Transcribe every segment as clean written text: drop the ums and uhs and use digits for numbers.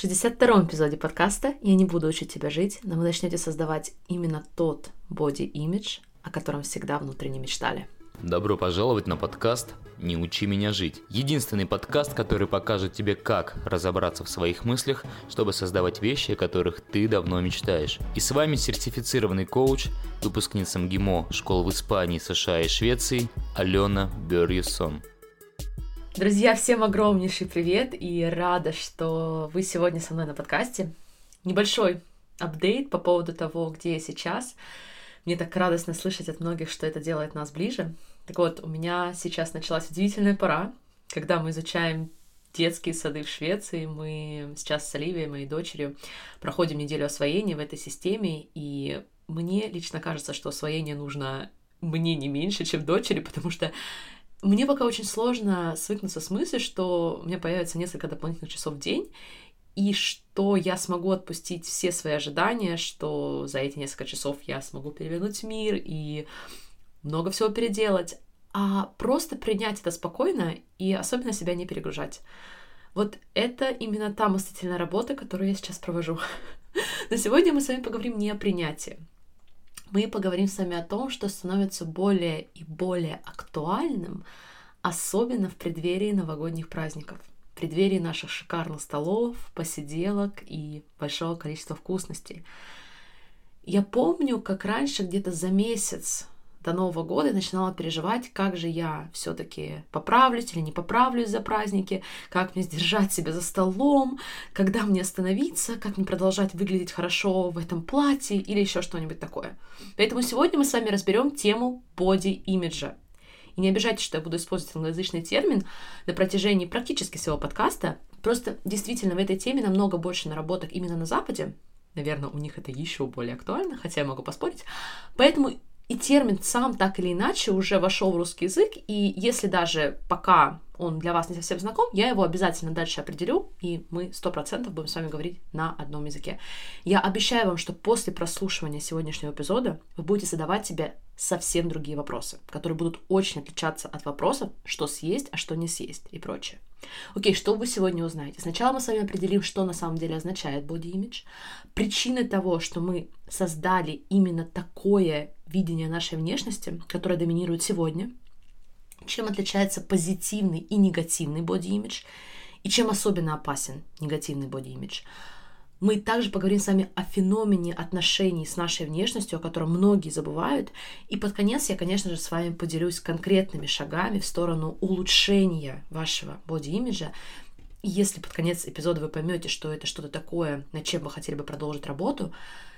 В 62-м эпизоде подкаста «Я не буду учить тебя жить», но вы начнете создавать именно тот боди-имидж, о котором всегда внутренне мечтали. Добро пожаловать на подкаст «Не учи меня жить». Единственный подкаст, который покажет тебе, как разобраться в своих мыслях, чтобы создавать вещи, о которых ты давно мечтаешь. И с вами сертифицированный коуч, выпускница МГИМО школ в Испании, США и Швеции Алена Бёрьюсон. Друзья, всем огромнейший привет и рада, что вы сегодня со мной на подкасте. Небольшой апдейт по поводу того, где я сейчас. Мне так радостно слышать от многих, что это делает нас ближе. Так вот, у меня сейчас началась удивительная пора, когда мы изучаем детские сады в Швеции. Мы сейчас с Оливией, моей дочерью, проходим неделю освоения в этой системе, и мне лично кажется, что освоение нужно мне не меньше, чем дочери, потому что мне пока очень сложно свыкнуться с мыслью, что у меня появится несколько дополнительных часов в день, и что я смогу отпустить все свои ожидания, что за эти несколько часов я смогу перевернуть мир и много всего переделать, а просто принять это спокойно и особенно себя не перегружать. Вот это именно та мыслительная работа, которую я сейчас провожу. Но сегодня мы с вами поговорим не о принятии. Мы поговорим с вами о том, что становится более и более актуальным, особенно в преддверии новогодних праздников, в преддверии наших шикарных столов, посиделок и большого количества вкусностей. Я помню, как раньше, где-то за месяц до Нового года я начинала переживать, как же я все-таки поправлюсь или не поправлюсь за праздники, как мне сдержать себя за столом, когда мне остановиться, как мне продолжать выглядеть хорошо в этом платье или еще что-нибудь такое. Поэтому сегодня мы с вами разберем тему боди-имиджа. И не обижайтесь, что я буду использовать англоязычный термин на протяжении практически всего подкаста. Просто действительно в этой теме намного больше наработок именно на Западе. Наверное, у них это еще более актуально, хотя я могу поспорить. Поэтому и термин сам так или иначе уже вошел в русский язык, и если даже пока он для вас не совсем знаком, я его обязательно дальше определю, и мы 100% будем с вами говорить на одном языке. Я обещаю вам, что после прослушивания сегодняшнего эпизода вы будете задавать себе совсем другие вопросы, которые будут очень отличаться от вопросов, что съесть, а что не съесть и прочее. Окей, что вы сегодня узнаете? Сначала мы с вами определим, что на самом деле означает body-image, причины того, что мы создали именно такое видение нашей внешности, которое доминирует сегодня, чем отличается позитивный и негативный body-image, и чем особенно опасен негативный body-image. Мы также поговорим с вами о феномене отношений с нашей внешностью, о котором многие забывают. И под конец я, конечно же, с вами поделюсь конкретными шагами в сторону улучшения вашего боди-имиджа. И если под конец эпизода вы поймете, что это что-то такое, над чем вы хотели бы продолжить работу,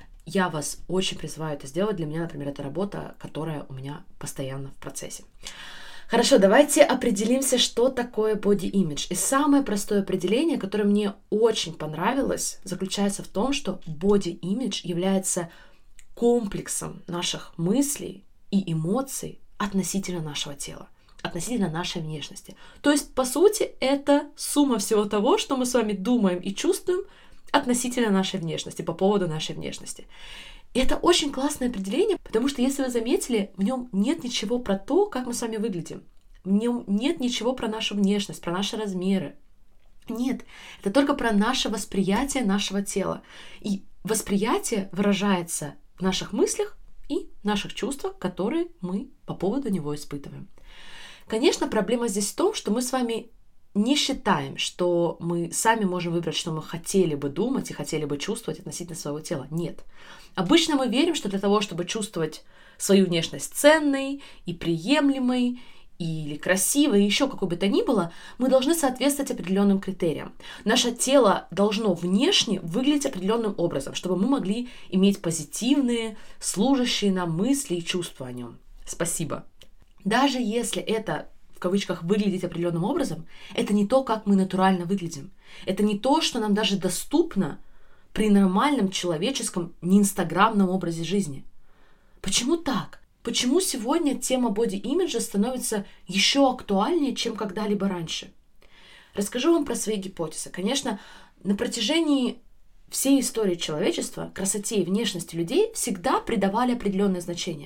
я вас очень призываю это сделать. Для меня, например, это работа, которая у меня постоянно в процессе. Хорошо, давайте определимся, что такое body-image. И самое простое определение, которое мне очень понравилось, заключается в том, что body-image является комплексом наших мыслей и эмоций относительно нашего тела, относительно нашей внешности. То есть, по сути, это сумма всего того, что мы с вами думаем и чувствуем относительно нашей внешности, по поводу нашей внешности. Это очень классное определение, потому что, если вы заметили, в нем нет ничего про то, как мы с вами выглядим. В нем нет ничего про нашу внешность, про наши размеры. Нет, это только про наше восприятие нашего тела. И восприятие выражается в наших мыслях и наших чувствах, которые мы по поводу него испытываем. Конечно, проблема здесь в том, что мы с вами не считаем, что мы сами можем выбрать, что мы хотели бы думать и хотели бы чувствовать относительно своего тела. Нет. Обычно мы верим, что для того, чтобы чувствовать свою внешность ценной и приемлемой, или красивой, и еще какой бы то ни было, мы должны соответствовать определенным критериям. Наше тело должно внешне выглядеть определенным образом, чтобы мы могли иметь позитивные, служащие нам мысли и чувства о нем. Спасибо. Даже если это в кавычках выглядеть определенным образом, это не то, как мы натурально выглядим. Это не то, что нам даже доступно при нормальном человеческом, не инстаграмном образе жизни. Почему так? Почему сегодня тема боди-имиджа становится еще актуальнее, чем когда-либо раньше? Расскажу вам про свои гипотезы. Конечно, на протяжении всей истории человечества красоте и внешности людей всегда придавали определенное значение.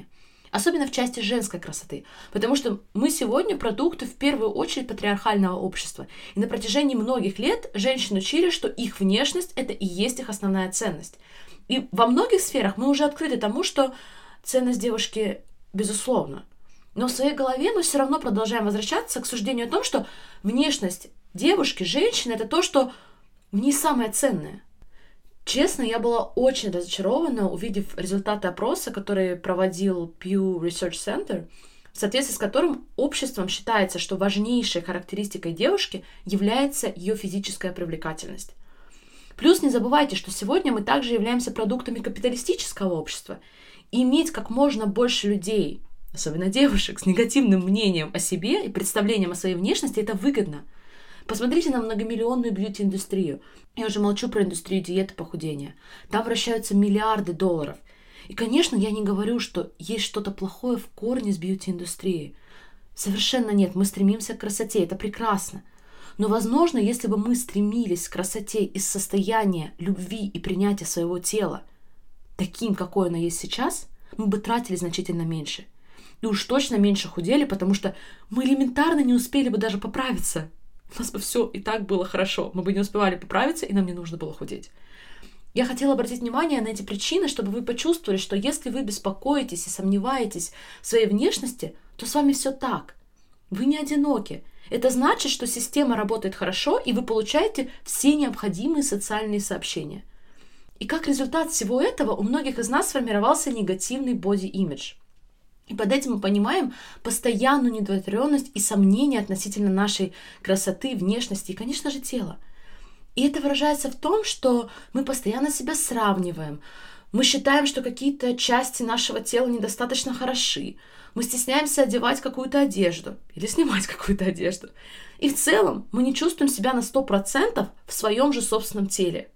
Особенно в части женской красоты. Потому что мы сегодня продукты в первую очередь патриархального общества. И на протяжении многих лет женщин учили, что их внешность – это и есть их основная ценность. И во многих сферах мы уже открыты тому, что ценность девушки безусловно. Но в своей голове мы все равно продолжаем возвращаться к суждению о том, что внешность девушки, женщины – это то, что в ней самое ценное. Честно, я была очень разочарована, увидев результаты опроса, который проводил Pew Research Center, в соответствии с которым обществом считается, что важнейшей характеристикой девушки является ее физическая привлекательность. Плюс не забывайте, что сегодня мы также являемся продуктами капиталистического общества, и иметь как можно больше людей, особенно девушек, с негативным мнением о себе и представлением о своей внешности – это выгодно. Посмотрите на многомиллионную бьюти-индустрию. Я уже молчу про индустрию диеты и похудения. Там вращаются миллиарды долларов. И, конечно, я не говорю, что есть что-то плохое в корне с бьюти-индустрией. Совершенно нет. Мы стремимся к красоте. Это прекрасно. Но, возможно, если бы мы стремились к красоте из состояния любви и принятия своего тела таким, какое оно есть сейчас, мы бы тратили значительно меньше. И уж точно меньше худели, потому что мы элементарно не успели бы даже поправиться. У нас бы все и так было хорошо. Мы бы не успевали поправиться, и нам не нужно было худеть. Я хотела обратить внимание на эти причины, чтобы вы почувствовали, что если вы беспокоитесь и сомневаетесь в своей внешности, то с вами все так. Вы не одиноки. Это значит, что система работает хорошо, и вы получаете все необходимые социальные сообщения. И как результат всего этого у многих из нас сформировался негативный боди-имидж. И под этим мы понимаем постоянную недовлетворенность и сомнения относительно нашей красоты, внешности и, конечно же, тела. И это выражается в том, что мы постоянно себя сравниваем. Мы считаем, что какие-то части нашего тела недостаточно хороши. Мы стесняемся одевать какую-то одежду или снимать какую-то одежду. И в целом мы не чувствуем себя на 100% в своем же собственном теле.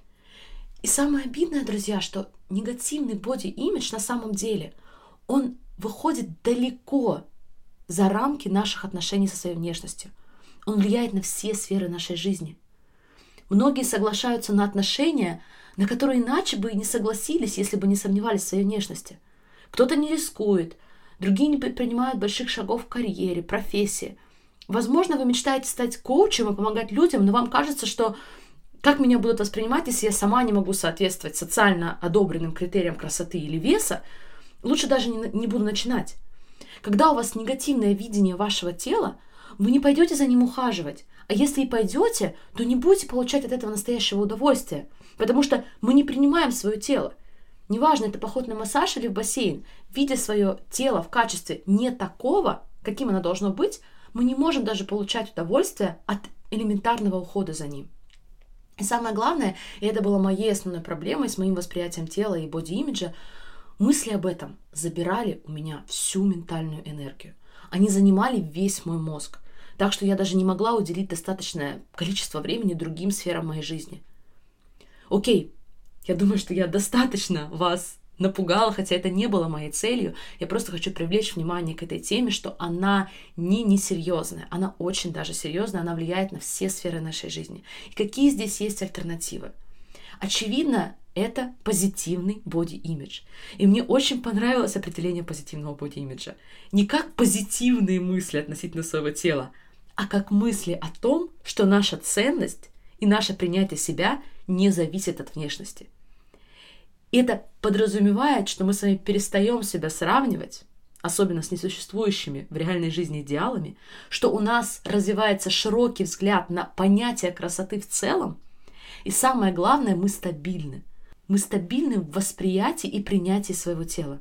И самое обидное, друзья, что негативный боди-имидж на самом деле, он выходит далеко за рамки наших отношений со своей внешностью. Он влияет на все сферы нашей жизни. Многие соглашаются на отношения, на которые иначе бы и не согласились, если бы не сомневались в своей внешности. Кто-то не рискует, другие не предпринимают больших шагов в карьере, профессии. Возможно, вы мечтаете стать коучем и помогать людям, но вам кажется, что как меня будут воспринимать, если я сама не могу соответствовать социально одобренным критериям красоты или веса, лучше даже не буду начинать. Когда у вас негативное видение вашего тела, вы не пойдете за ним ухаживать. А если и пойдете, то не будете получать от этого настоящего удовольствия. Потому что мы не принимаем свое тело. Неважно, это поход на массаж или в бассейн. Видя свое тело в качестве не такого, каким оно должно быть, мы не можем даже получать удовольствие от элементарного ухода за ним. И самое главное, и это было моей основной проблемой с моим восприятием тела и боди-имиджа, мысли об этом забирали у меня всю ментальную энергию. Они занимали весь мой мозг. Так что я даже не могла уделить достаточное количество времени другим сферам моей жизни. Окей, я думаю, что я достаточно вас напугала, хотя это не было моей целью. Я просто хочу привлечь внимание к этой теме, что она не несерьезная, она очень даже серьезная, она влияет на все сферы нашей жизни. И какие здесь есть альтернативы? Очевидно, это позитивный боди-имидж. И мне очень понравилось определение позитивного боди-имиджа. Не как позитивные мысли относительно своего тела, а как мысли о том, что наша ценность и наше принятие себя не зависит от внешности. Это подразумевает, что мы с вами перестаем себя сравнивать, особенно с несуществующими в реальной жизни идеалами, что у нас развивается широкий взгляд на понятие красоты в целом, и самое главное, мы стабильны. Мы стабильны в восприятии и принятии своего тела.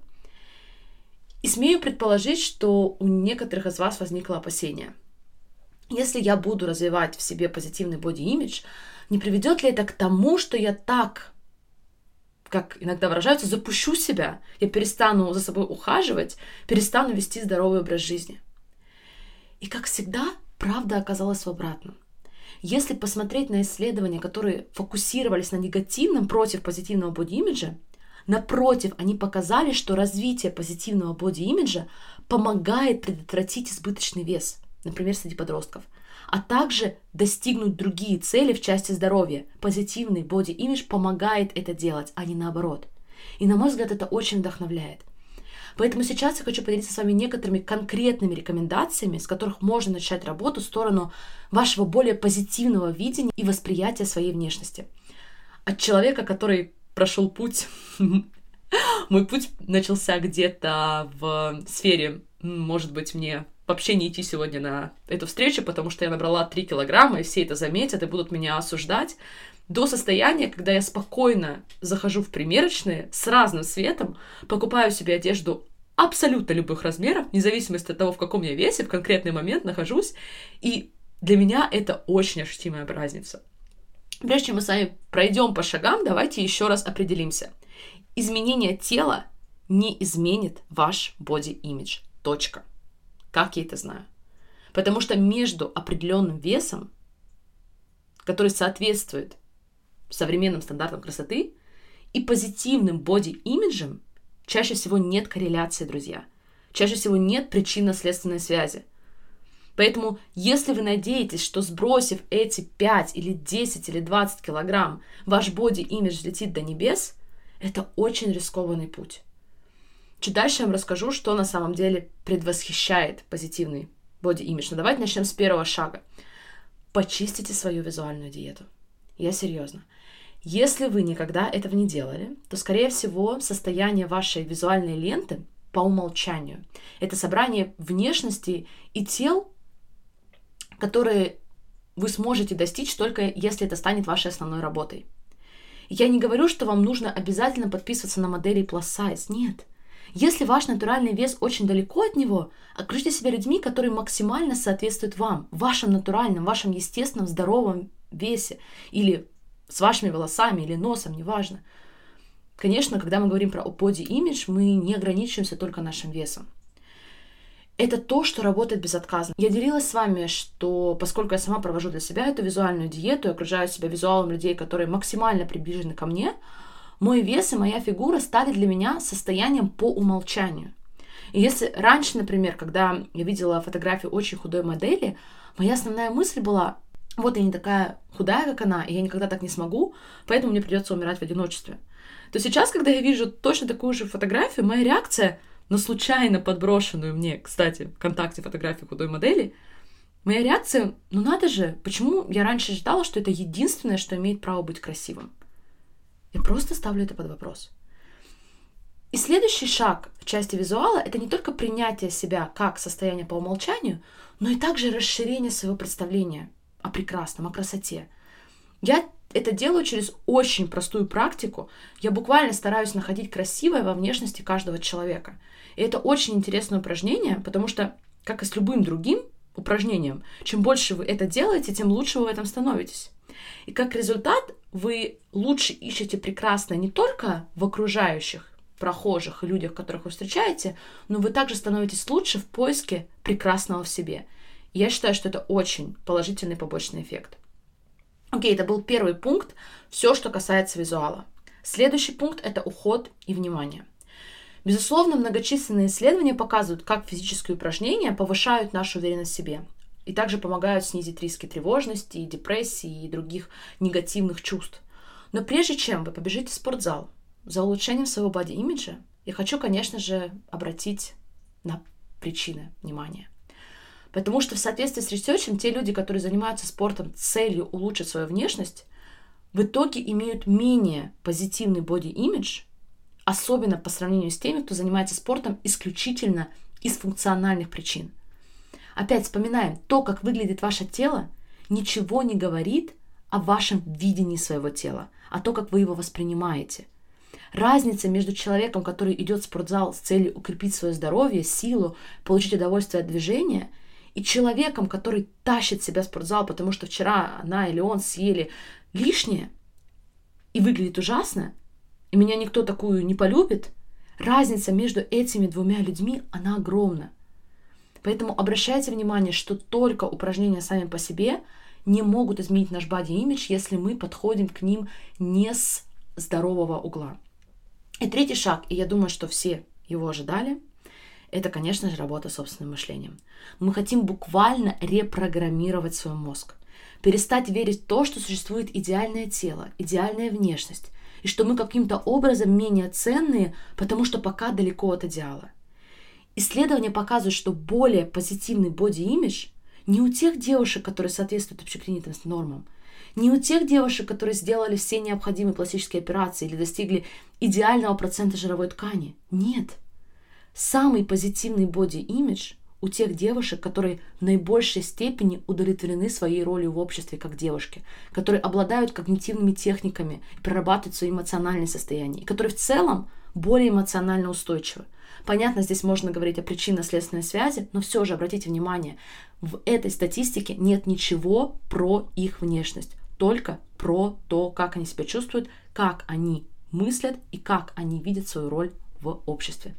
И смею предположить, что у некоторых из вас возникло опасение. Если я буду развивать в себе позитивный боди-имидж, не приведет ли это к тому, что я так, как иногда выражаются, запущу себя, я перестану за собой ухаживать, перестану вести здоровый образ жизни? И, как всегда, правда оказалась в обратном. Если посмотреть на исследования, которые фокусировались на негативном против позитивного боди-имиджа, напротив, они показали, что развитие позитивного боди-имиджа помогает предотвратить избыточный вес, например, среди подростков, а также достигнуть другие цели в части здоровья. Позитивный боди-имидж помогает это делать, а не наоборот. И, на мой взгляд, это очень вдохновляет. Поэтому сейчас я хочу поделиться с вами некоторыми конкретными рекомендациями, с которых можно начать работу в сторону вашего более позитивного видения и восприятия своей внешности. От человека, который прошел путь, мой путь начался где-то в сфере, может быть, мне вообще не идти сегодня на эту встречу, потому что я набрала 3 килограмма, и все это заметят и будут меня осуждать, до состояния, когда я спокойно захожу в примерочные с разным цветом, покупаю себе одежду абсолютно любых размеров, вне зависимости от того, в каком я весе, в конкретный момент нахожусь, и для меня это очень ощутимая разница. Прежде чем мы с вами пройдем по шагам, давайте еще раз определимся. Изменение тела не изменит ваш body-image. Точка. Как я это знаю? Потому что между определенным весом, который соответствует современным стандартам красоты, и позитивным боди-имиджем чаще всего нет корреляции, друзья. Чаще всего нет причинно-следственной связи. Поэтому, если вы надеетесь, что сбросив эти 5 или 10 или 20 килограмм, ваш боди-имидж взлетит до небес, это очень рискованный путь. Чуть дальше я вам расскажу, что на самом деле предвосхищает позитивный боди-имидж. Но давайте начнем с первого шага. Почистите свою визуальную диету. Я серьезно. Если вы никогда этого не делали, то, скорее всего, состояние вашей визуальной ленты по умолчанию – это собрание внешности и тел, которые вы сможете достичь только если это станет вашей основной работой. Я не говорю, что вам нужно обязательно подписываться на модели plus size. Нет. Если ваш натуральный вес очень далеко от него, окружите себя людьми, которые максимально соответствуют вам, вашем натуральном, вашем естественном, здоровом весе, или с вашими волосами, или носом, неважно. Конечно, когда мы говорим про body image, мы не ограничиваемся только нашим весом. Это то, что работает безотказно. Я делилась с вами, что поскольку я сама провожу для себя эту визуальную диету и окружаю себя визуалом людей, которые максимально приближены ко мне, мой вес и моя фигура стали для меня состоянием по умолчанию. И если раньше, например, когда я видела фотографию очень худой модели, моя основная мысль была: вот я не такая худая, как она, и я никогда так не смогу, поэтому мне придется умирать в одиночестве. То сейчас, когда я вижу точно такую же фотографию, моя реакция на случайно подброшенную мне, кстати, ВКонтакте фотографию худой модели, моя реакция: ну надо же, почему я раньше считала, что это единственное, что имеет право быть красивым? Я просто ставлю это под вопрос. И следующий шаг в части визуала – это не только принятие себя как состояние по умолчанию, но и также расширение своего представления о прекрасном, о красоте. Я это делаю через очень простую практику. Я буквально стараюсь находить красивое во внешности каждого человека. И это очень интересное упражнение, потому что, как и с любым другим упражнением, чем больше вы это делаете, тем лучше вы в этом становитесь. И как результат вы лучше ищете прекрасное не только в окружающих, прохожих и людях, которых вы встречаете, но вы также становитесь лучше в поиске прекрасного в себе. И я считаю, что это очень положительный побочный эффект. Окей, это был первый пункт, все, что касается визуала. Следующий пункт – это уход и внимание. Безусловно, многочисленные исследования показывают, как физические упражнения повышают нашу уверенность в себе и также помогают снизить риски тревожности, депрессии и других негативных чувств. Но прежде чем вы побежите в спортзал за улучшением своего боди-имиджа, я хочу, конечно же, обратить на причины внимания. Потому что в соответствии с ресерчем, те люди, которые занимаются спортом с целью улучшить свою внешность, в итоге имеют менее позитивный боди-имидж, особенно по сравнению с теми, кто занимается спортом исключительно из функциональных причин. Опять вспоминаем, то, как выглядит ваше тело, ничего не говорит о вашем видении своего тела, а то, как вы его воспринимаете. Разница между человеком, который идет в спортзал с целью укрепить свое здоровье, силу, получить удовольствие от движения, и человеком, который тащит себя в спортзал, потому что вчера она или он съели лишнее и выглядит ужасно, и меня никто такую не полюбит, разница между этими двумя людьми, она огромна. Поэтому обращайте внимание, что только упражнения сами по себе не могут изменить наш body-image, если мы подходим к ним не с здорового угла. И третий шаг, и я думаю, что все его ожидали, это, конечно же, работа с собственным мышлением. Мы хотим буквально репрограммировать свой мозг, перестать верить в то, что существует идеальное тело, идеальная внешность, и что мы каким-то образом менее ценные, потому что пока далеко от идеала. Исследования показывают, что более позитивный боди-имидж не у тех девушек, которые соответствуют общепринятым нормам, не у тех девушек, которые сделали все необходимые пластические операции или достигли идеального процента жировой ткани. Нет. Самый позитивный боди-имидж у тех девушек, которые в наибольшей степени удовлетворены своей ролью в обществе как девушки, которые обладают когнитивными техниками, прорабатывают свои эмоциональные состояния, и которые в целом более эмоционально устойчивы. Понятно, здесь можно говорить о причинно-следственной связи, но все же обратите внимание, в этой статистике нет ничего про их внешность, только про то, как они себя чувствуют, как они мыслят и как они видят свою роль в обществе.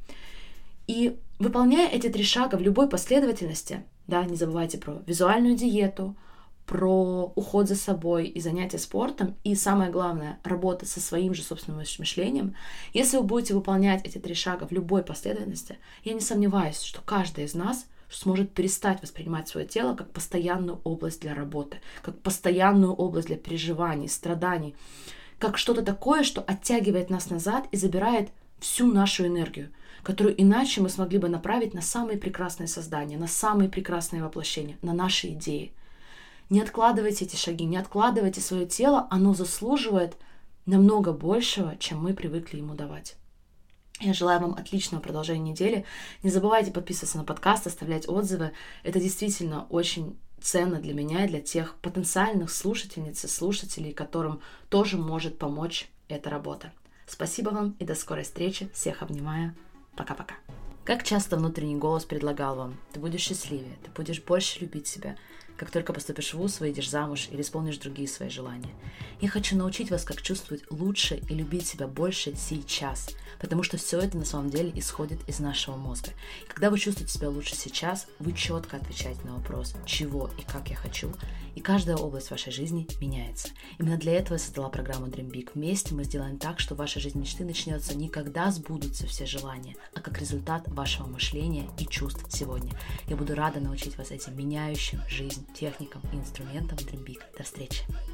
И выполняя эти 3 шага в любой последовательности, да, не забывайте про визуальную диету, про уход за собой и занятия спортом, и самое главное, работа со своим же собственным мышлением. Если вы будете выполнять эти 3 шага в любой последовательности, я не сомневаюсь, что каждый из нас сможет перестать воспринимать свое тело как постоянную область для работы, как постоянную область для переживаний, страданий, как что-то такое, что оттягивает нас назад и забирает всю нашу энергию, которую иначе мы смогли бы направить на самые прекрасные создания, на самые прекрасные воплощения, на наши идеи. Не откладывайте эти шаги, не откладывайте свое тело, оно заслуживает намного большего, чем мы привыкли ему давать. Я желаю вам отличного продолжения недели. Не забывайте подписываться на подкаст, оставлять отзывы. Это действительно очень ценно для меня и для тех потенциальных слушательниц и слушателей, которым тоже может помочь эта работа. Спасибо вам и до скорой встречи. Всех обнимаю. Пока-пока. Как часто внутренний голос предлагал вам: ты будешь счастливее, ты будешь больше любить себя, как только поступишь в вуз, выйдешь замуж или исполнишь другие свои желания. Я хочу научить вас, как чувствовать лучше и любить себя больше сейчас, потому что все это на самом деле исходит из нашего мозга. И когда вы чувствуете себя лучше сейчас, вы четко отвечаете на вопрос, чего и как я хочу, и каждая область вашей жизни меняется. Именно для этого я создала программу Dream Big. Вместе мы сделаем так, что ваша жизнь мечты начнется не когда сбудутся все желания, а как результат вашего мышления и чувств сегодня. Я буду рада научить вас этим меняющим жизнь техникам и инструментам Dream Big. До встречи!